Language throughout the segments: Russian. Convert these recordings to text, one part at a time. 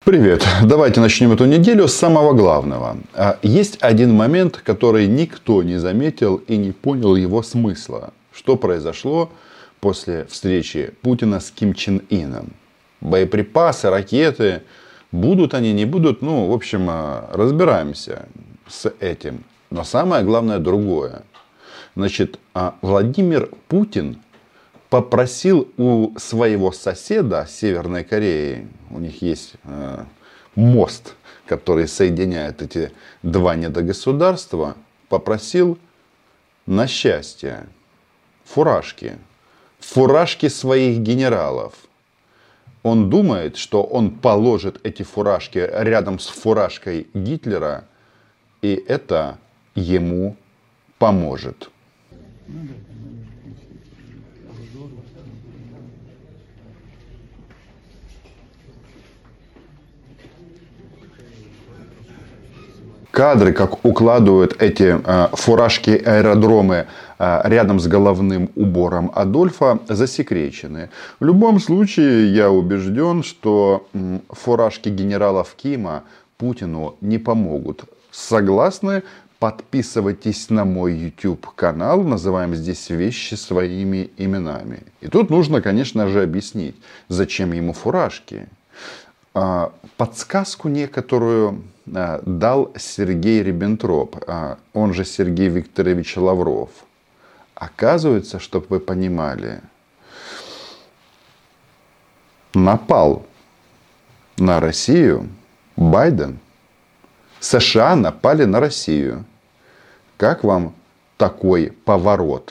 Привет. Давайте начнем эту неделю с самого главного. Есть один момент, который никто не заметил и не понял его смысла. Что произошло после встречи Путина с Ким Чен Ыном? Боеприпасы, ракеты. Будут они, не будут? В общем, разбираемся с этим. Но самое главное другое. Значит, Владимир Путин попросил у своего соседа Северной Кореи, у них есть мост, который соединяет эти два недогосударства, попросил на счастье фуражки. Фуражки своих генералов. Он думает, что он положит эти фуражки рядом с фуражкой Гитлера, и это ему поможет. Кадры, как укладывают эти фуражки-аэродромы рядом с головным убором Адольфа, засекречены. В любом случае, я убежден, что фуражки генералов Кима Путину не помогут. Согласны? Подписывайтесь на мой YouTube канал. Называем здесь вещи своими именами. И тут нужно, конечно же, объяснить, зачем ему фуражки. Подсказку некоторую дал Сергей Риббентроп, он же Сергей Викторович Лавров. Оказывается, чтобы вы понимали, напал на Россию Байден. США напали на Россию. Как вам такой поворот?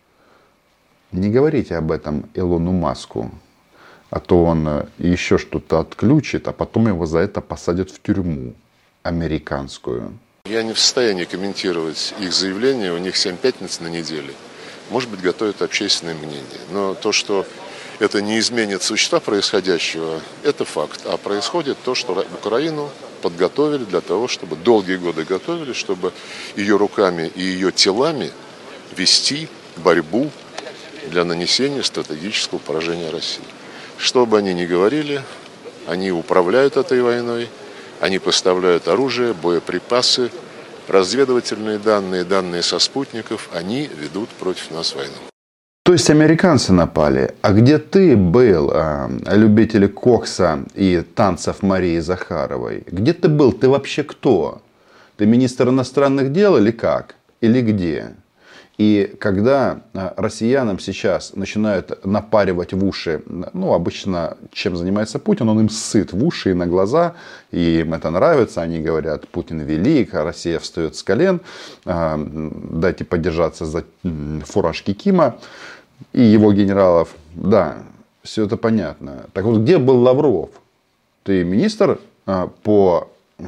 Не говорите об этом Илону Маску. А то он еще что-то отключит, а потом его за это посадят в тюрьму американскую. Я не в состоянии комментировать их заявления. У них 7 пятниц на неделе. Может быть, готовят общественное мнение. Но то, что это не изменит существа происходящего, это факт. А происходит то, что Украину подготовили для того, чтобы долгие годы готовили, чтобы ее руками и ее телами вести борьбу для нанесения стратегического поражения России. Что бы они ни говорили, они управляют этой войной, они поставляют оружие, боеприпасы, разведывательные данные, данные со спутников, они ведут против нас войну. То есть американцы напали. А где ты был, любитель кокса и танцев Марии Захаровой? Где ты был? Ты вообще кто? Ты министр иностранных дел или как? Или где? И когда россиянам сейчас начинают напаривать в уши, обычно чем занимается Путин, он им сыт в уши и на глаза, и им это нравится, они говорят, Путин велик, а Россия встает с колен, дайте поддержаться за фуражки Кима и его генералов. Да, все это понятно. Так вот, где был Лавров? Ты министр по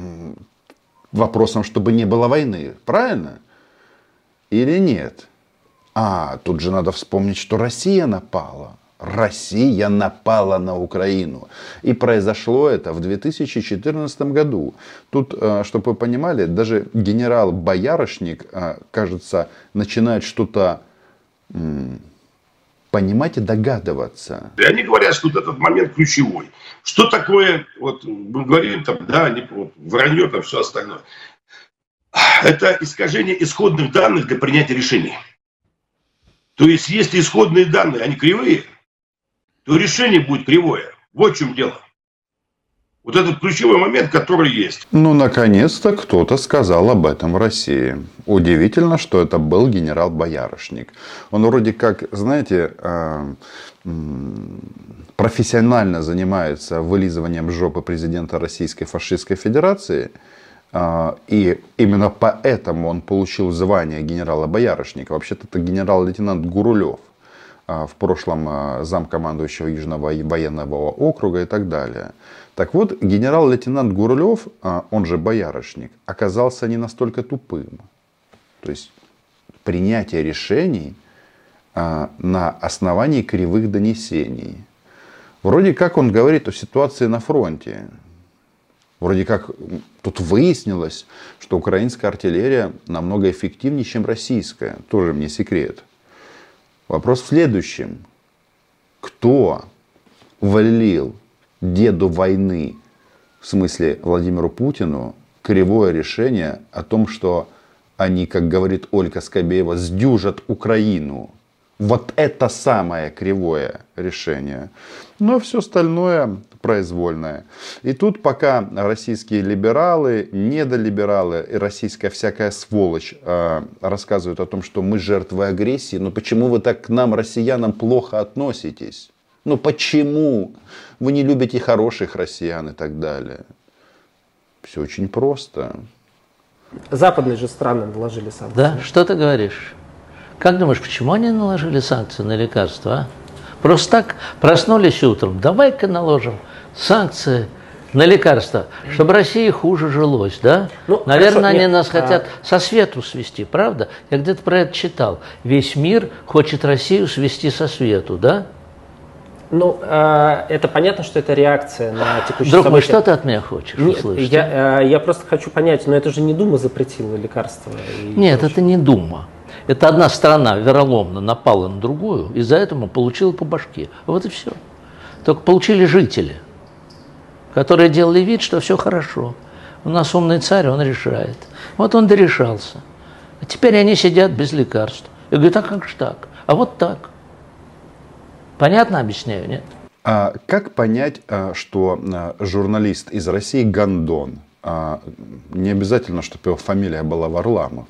вопросам, чтобы не было войны, правильно? Или нет? Тут же надо вспомнить, что Россия напала. Россия напала на Украину. И произошло это в 2014 году. Тут, чтобы вы понимали, даже генерал Боярышник, кажется, начинает что-то понимать и догадываться. И они говорят, что вот этот момент ключевой. Что такое, мы говорим, вранье, все остальное. Это искажение исходных данных для принятия решений. То есть, если исходные данные, они кривые, то решение будет кривое. Вот в чем дело. Вот этот ключевой момент, который есть. Наконец-то кто-то сказал об этом в России. Удивительно, что это был генерал Боярышник. Он вроде как, знаете, профессионально занимается вылизыванием жопы президента Российской фашистской федерации. И именно поэтому он получил звание генерала Боярышника. Вообще-то это генерал-лейтенант Гурулев. В прошлом замкомандующего Южного военного округа и так далее. Так вот, генерал-лейтенант Гурулев, он же Боярышник, оказался не настолько тупым. То есть, принятие решений на основании кривых донесений. Вроде как он говорит о ситуации на фронте. Вроде как тут выяснилось, что украинская артиллерия намного эффективнее, чем российская. Тоже мне секрет. Вопрос в следующем. Кто влил деду войны в смысле Владимиру Путину, кривое решение о том, что они, как говорит Ольга Скобеева, сдюжат Украину. Вот это самое кривое решение. Но все остальное произвольное. И тут пока российские либералы, недолибералы и российская всякая сволочь рассказывают о том, что мы жертвы агрессии, но почему вы так к нам, россиянам, плохо относитесь? Ну почему? Вы не любите хороших россиян и так далее. Все очень просто. Западные же страны наложили санкции. Да, что ты говоришь? Как думаешь, почему они наложили санкции на лекарства? А? Просто так проснулись утром. Давай-ка наложим санкции на лекарства, чтобы России хуже жилось, да? Ну, наверное, хорошо, они нас хотят со свету свести, правда? Я где-то про это читал. Весь мир хочет Россию свести со свету, да? Ну, это понятно, что это реакция на текущие события. Друг мой, что ты от меня хочешь услышать? Я просто хочу понять, но это же не Дума запретила лекарства. Нет, это не Дума. Это одна страна вероломно напала на другую, и за это получила по башке. Вот и все. Только получили жители, которые делали вид, что все хорошо. У нас умный царь, он решает. Вот он дорешался. А теперь они сидят без лекарств. Я говорю, а как же так? А вот так. Понятно объясняю, нет? А как понять, что журналист из России Гондон, не обязательно, чтобы его фамилия была Варламов?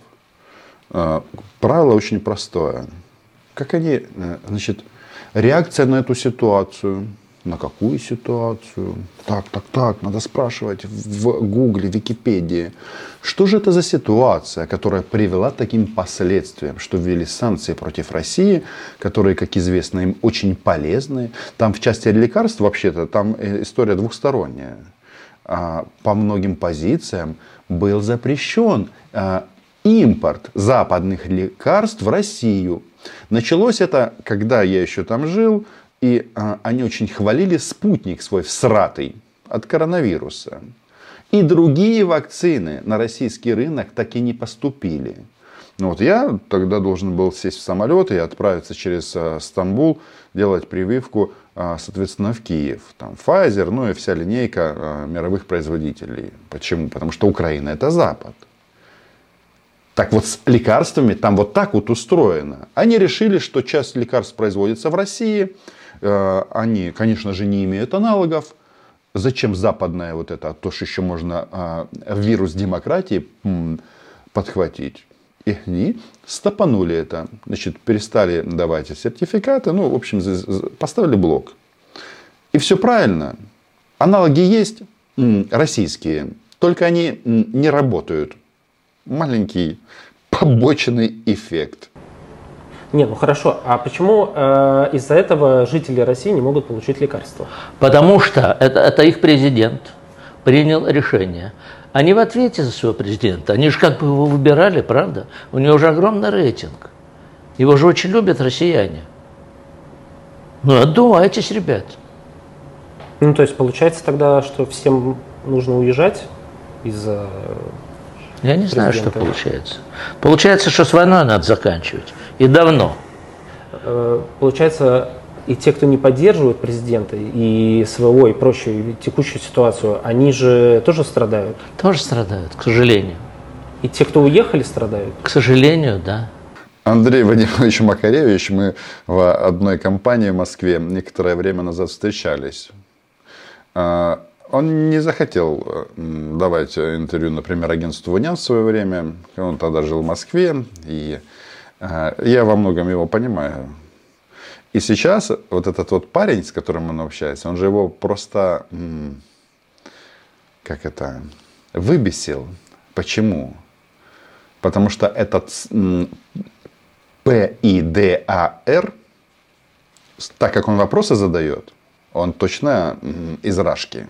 Правило очень простое. Как они, значит, реакция на эту ситуацию. На какую ситуацию? Так, надо спрашивать в Гугле, Википедии. Что же это за ситуация, которая привела к таким последствиям, что ввели санкции против России, которые, как известно, им очень полезны. Там в части лекарств, вообще-то, там история двухсторонняя. По многим позициям был запрещен импорт западных лекарств в Россию. Началось это, когда я еще там жил, и они очень хвалили спутник свой всратый от коронавируса. И другие вакцины на российский рынок так и не поступили. Ну вот я тогда должен был сесть в самолет и отправиться через Стамбул, делать прививку, соответственно, в Киев. Там Pfizer, ну и вся линейка мировых производителей. Почему? Потому что Украина это Запад. Так вот с лекарствами там вот так вот устроено. Они решили, что часть лекарств производится в России. Они, конечно же, не имеют аналогов. Зачем западное вот это, то, что еще можно вирус демократии подхватить? И они стопанули это. Значит, перестали давать сертификаты. Ну, в общем, поставили блок. И все правильно. Аналоги есть российские. Только они не работают. Маленький побочный эффект. Не, ну хорошо. А почему из-за этого жители России не могут получить лекарства? Потому что это их президент принял решение. Они в ответе за своего президента. Они же как бы его выбирали, правда? У него же огромный рейтинг. Его же очень любят россияне. Ну, отдувайтесь, ребят. Ну, то есть получается тогда, что всем нужно уезжать из-за... Я не знаю, что получается. Получается, что с войной надо заканчивать. И давно. Получается, и те, кто не поддерживает президента, и СВО, и прочую, и текущую ситуацию, они же тоже страдают? Тоже страдают, к сожалению. И те, кто уехали, страдают? К сожалению, да. Андрей Вадимович Макаревич, мы в одной компании в Москве некоторое время назад встречались. Он не захотел давать интервью, например, агентству «Униан» в свое время. Он тогда жил в Москве. И я во многом его понимаю. И сейчас вот этот вот парень, с которым он общается, он же его просто выбесил. Почему? Потому что этот ПИДАР, так как он вопросы задает, он точно из Рашки.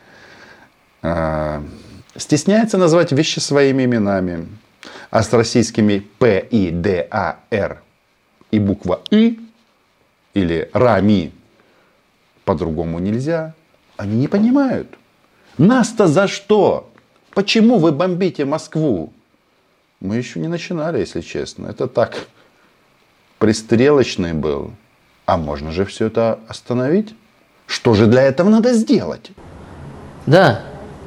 Стесняется назвать вещи своими именами. А с российскими ПИДАР и буква И или РАМИ по-другому нельзя. Они не понимают. Нас-то за что? Почему вы бомбите Москву? Мы еще не начинали, если честно. Это так, пристрелочный был. А можно же все это остановить? Что же для этого надо сделать? Да,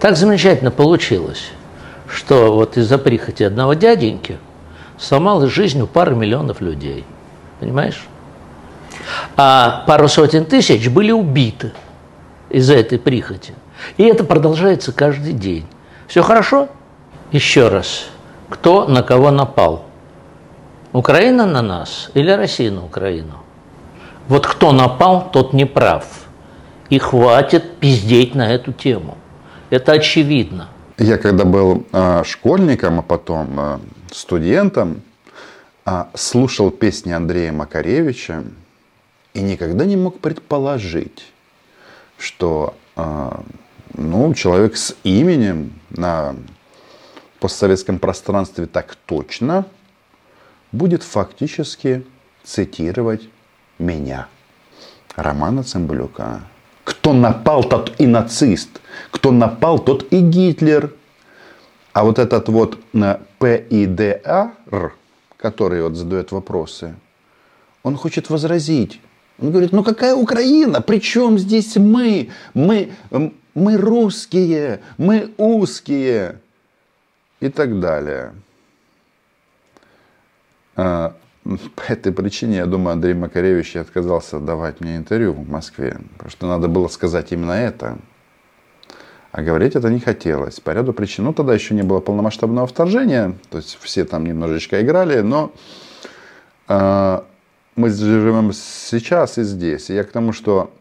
Так замечательно получилось, что вот из-за прихоти одного дяденьки сломалась жизнь у пары миллионов людей. Понимаешь? А пару сотен тысяч были убиты из-за этой прихоти. И это продолжается каждый день. Все хорошо? Еще раз. Кто на кого напал? Украина на нас или Россия на Украину? Вот кто напал, тот не прав. И хватит пиздеть на эту тему. Это очевидно. Я когда был школьником, а потом студентом, слушал песни Андрея Макаревича и никогда не мог предположить, что человек с именем на постсоветском пространстве так точно будет фактически цитировать меня, Романа Цымбалюка. Кто напал, тот и нацист. Кто напал, тот и Гитлер. А вот этот вот ПИДАР, который вот задает вопросы, он хочет возразить. Он говорит, ну какая Украина? При чем здесь мы? Мы русские, мы узкие. И так далее. По этой причине, я думаю, Андрей Макаревич отказался давать мне интервью в Москве. Потому что надо было сказать именно это. А говорить это не хотелось. По ряду причин. Ну, тогда еще не было полномасштабного вторжения. То есть, все там немножечко играли. Но мы живем сейчас и здесь. И я к тому, что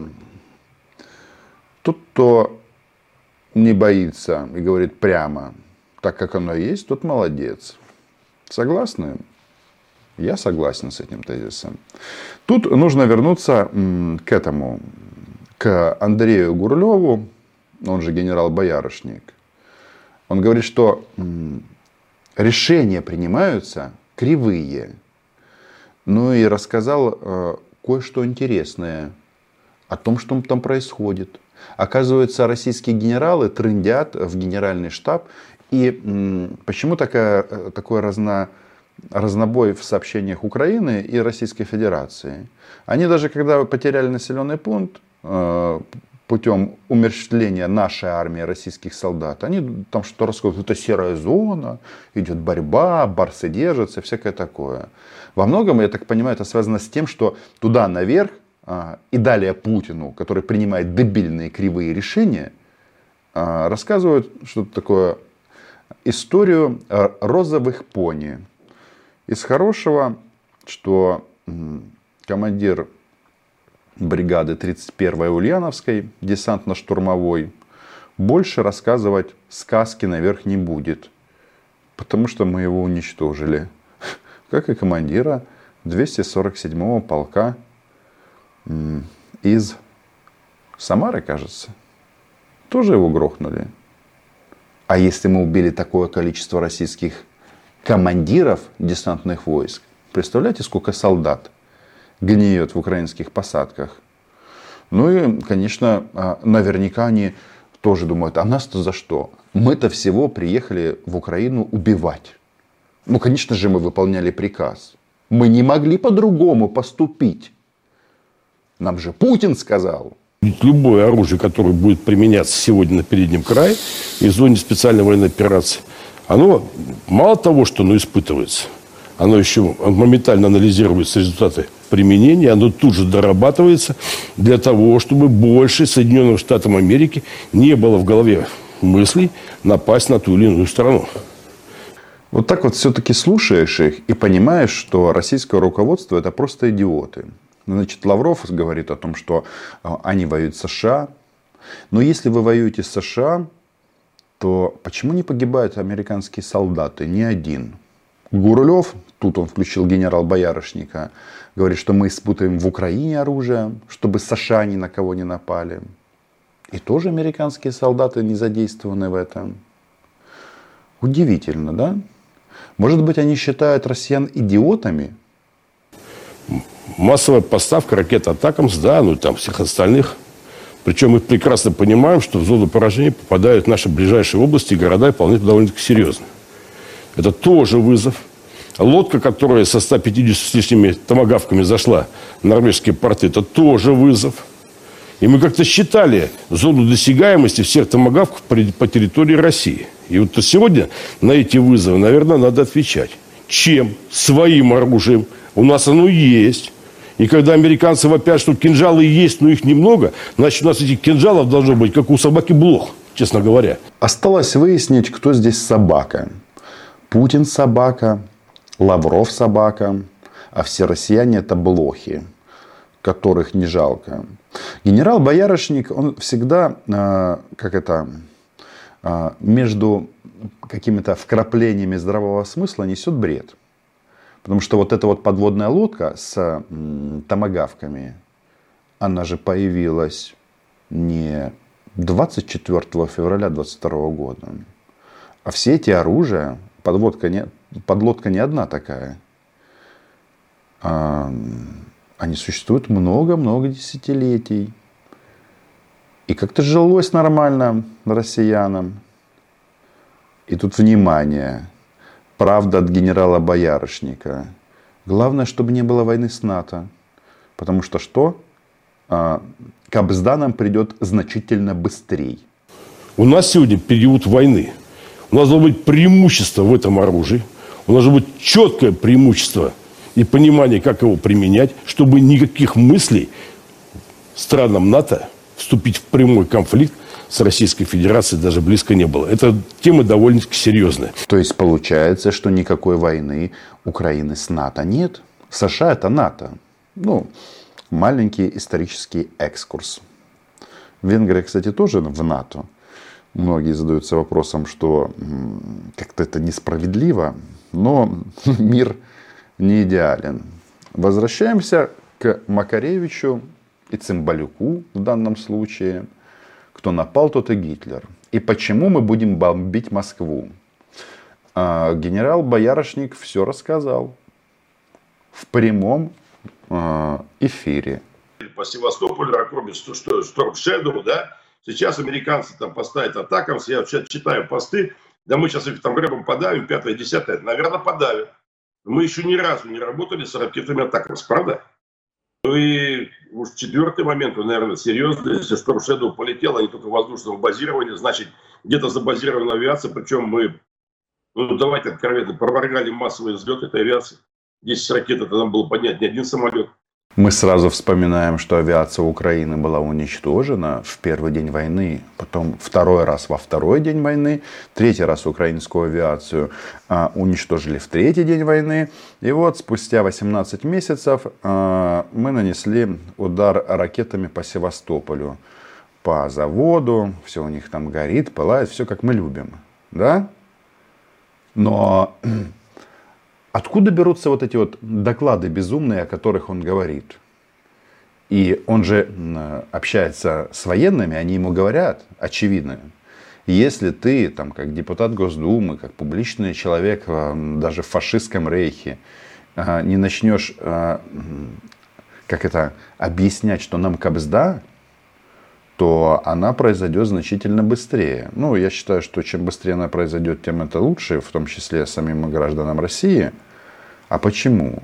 тот, кто не боится и говорит прямо, так как оно есть, тот молодец. Согласны? Я согласен с этим тезисом. Тут нужно вернуться к этому, к Андрею Гурлеву, он же генерал Боярышник. Он говорит, что решения принимаются кривые. Ну и рассказал кое-что интересное о том, что там происходит. Оказывается, российские генералы трындят в генеральный штаб. И почему такой разнобой в сообщениях Украины и Российской Федерации? Они даже когда потеряли населенный пункт путем умерщвления нашей армии, российских солдат, они там что-то рассказывают, это серая зона, идет борьба, барсы держатся, всякое такое. Во многом, я так понимаю, это связано с тем, что туда наверх и далее Путину, который принимает дебильные кривые решения, рассказывают что-то такое, историю розовых пони. Из хорошего, что командир бригады 31-й Ульяновской, десантно-штурмовой, больше рассказывать сказки наверх не будет. Потому что мы его уничтожили. Как и командира 247-го полка из Самары, кажется. Тоже его грохнули. А если мы убили такое количество российских командиров десантных войск, представляете, сколько солдат гниет в украинских посадках? Ну и, конечно, наверняка они тоже думают, а нас-то за что? Мы-то всего приехали в Украину убивать. Ну, конечно же, мы выполняли приказ. Мы не могли по-другому поступить. Нам же Путин сказал. Любое оружие, которое будет применяться сегодня на переднем крае и в зоне специальной военной операции, оно мало того, что оно испытывается, оно еще моментально анализируется результаты применения, оно тут же дорабатывается для того, чтобы больше Соединенным Штатам Америки не было в голове мыслей напасть на ту или иную страну. Вот так вот все-таки слушаешь их и понимаешь, что российское руководство это просто идиоты. Значит, Лавров говорит о том, что они воюют с США. Но если вы воюете с США, то почему не погибают американские солдаты? Ни один. Гурлев, тут он включил генерал Боярышника, говорит, что мы испытываем в Украине оружие, чтобы США ни на кого не напали. И тоже американские солдаты не задействованы в этом. Удивительно, да? Может быть, они считают россиян идиотами? Массовая поставка ракет «Атакамс», да, ну и там всех остальных. Причем мы прекрасно понимаем, что в зону поражения попадают наши ближайшие области и города, и вполне довольно-таки серьезно. Это тоже вызов. Лодка, которая со 150 с лишними томагавками зашла в норвежские порты, это тоже вызов. И мы как-то считали зону досягаемости всех томагавков по территории России. И вот сегодня на эти вызовы, наверное, надо отвечать. Чем? Своим оружием. У нас оно есть. И когда американцы вопят, что кинжалы есть, но их немного, значит, у нас этих кинжалов должно быть, как у собаки блох, честно говоря. Осталось выяснить, кто здесь собака. Путин собака, Лавров собака, а все россияне это блохи, которых не жалко. Генерал Боярышник, он всегда, между какими-то вкраплениями здравого смысла несет бред. Потому что вот эта вот подводная лодка с томагавками, она же появилась не 24 февраля 2022 года. А все эти оружия, подлодка не одна такая. Они существуют много-много десятилетий. И как-то жилось нормально россиянам. И тут внимание. Правда от генерала Боярышника. Главное, чтобы не было войны с НАТО. Потому что что? Кабзда нам придет значительно быстрее. У нас сегодня период войны. У нас должно быть преимущество в этом оружии. У нас должно быть четкое преимущество и понимание, как его применять, чтобы никаких мыслей странам НАТО вступить в прямой конфликт с Российской Федерацией даже близко не было. Это тема довольно-таки серьезная. То есть получается, что никакой войны Украины с НАТО нет? США это НАТО. Маленький исторический экскурс. Венгрия, кстати, тоже в НАТО. Многие задаются вопросом, что как-то это несправедливо, но мир не идеален. Возвращаемся к Макаревичу и Цымбалюку в данном случае. Кто напал, тот и Гитлер. И почему мы будем бомбить Москву? Генерал Боярышник все рассказал в прямом эфире. По Севастополю, Ракоме, Storm Shadow, да? Сейчас американцы там поставят атакам, я сейчас читаю посты, да мы сейчас их там рэбом подавим, 5-10, наверное, подавим. Мы еще ни разу не работали с ракетами атакам, правда? Ну и уж четвертый момент, наверное, серьезно, если Storm Shadow полетела, не только воздушного базирования, значит, где-то забазирована авиация, причем мы, давайте откровенно, проморгали массовый взлет этой авиации. 10 ракет, это нам было поднять не один самолет. Мы сразу вспоминаем, что авиация Украины была уничтожена в первый день войны, потом второй раз во второй день войны, третий раз украинскую авиацию уничтожили в третий день войны. И вот спустя 18 месяцев мы нанесли удар ракетами по Севастополю, по заводу, все у них там горит, пылает, все как мы любим. Да? Но откуда берутся вот эти вот доклады безумные, о которых он говорит? И он же общается с военными, они ему говорят, очевидно. Если ты, там, как депутат Госдумы, как публичный человек даже в фашистском рейхе, не начнешь объяснять, что нам кабзда, то она произойдет значительно быстрее. Я считаю, что чем быстрее она произойдет, тем это лучше, в том числе самим гражданам России. А почему?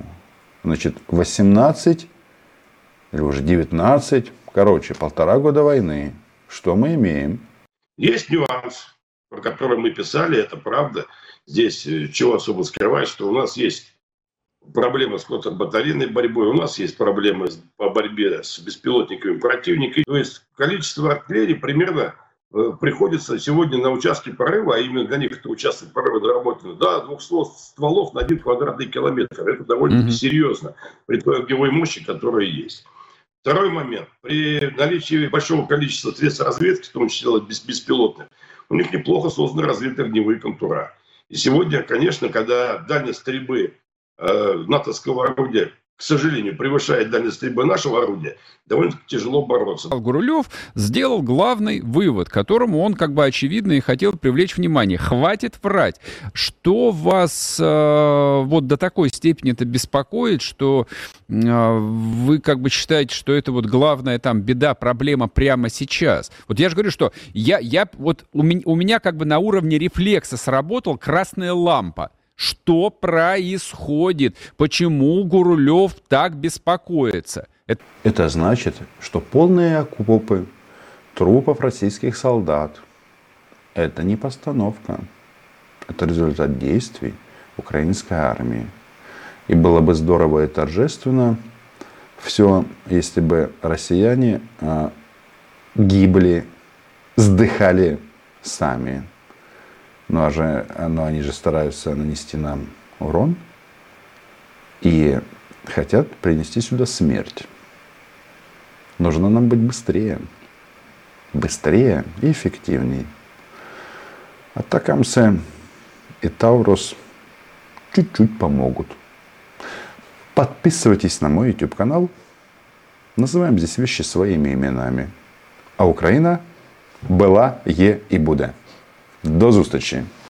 18 или уже 19, 1,5 года войны. Что мы имеем? Есть нюанс, про который мы писали, это правда. Здесь чего особо скрывать, что у нас есть проблемы с контрбатарейной борьбой, у нас есть проблемы по борьбе с беспилотниками противника. То есть количество артиллерии примерно приходится сегодня на участке прорыва, а именно для них это участок прорыва доработано, 200 стволов на 1 квадратный километр. Это довольно серьезно при той огневой мощи, которая есть. Второй момент. При наличии большого количества средств разведки, в том числе беспилотных, у них неплохо созданы разведные огневые контура. И сегодня, конечно, когда дальность стрельбы натовского орудия, к сожалению, превышает дальность стрельбы нашего орудия, довольно тяжело бороться. Гурулев сделал главный вывод, к которому он очевидно и хотел привлечь внимание. Хватит врать. Что вас до такой степени это беспокоит, что вы считаете, что это главная беда, проблема прямо сейчас? Я же говорю, что у меня на уровне рефлекса сработала красная лампа. Что происходит? Почему Гурулев так беспокоится? Это значит, что полные окопы трупов российских солдат – это не постановка. Это результат действий украинской армии. И было бы здорово и торжественно все, если бы россияне гибли, сдыхали сами. Но они же стараются нанести нам урон и хотят принести сюда смерть. Нужно нам быть быстрее. Быстрее и эффективнее. Атакамсы и Таурус чуть-чуть помогут. Подписывайтесь на мой YouTube канал. Называем здесь вещи своими именами. А Украина была, є і буде. До зустрічі!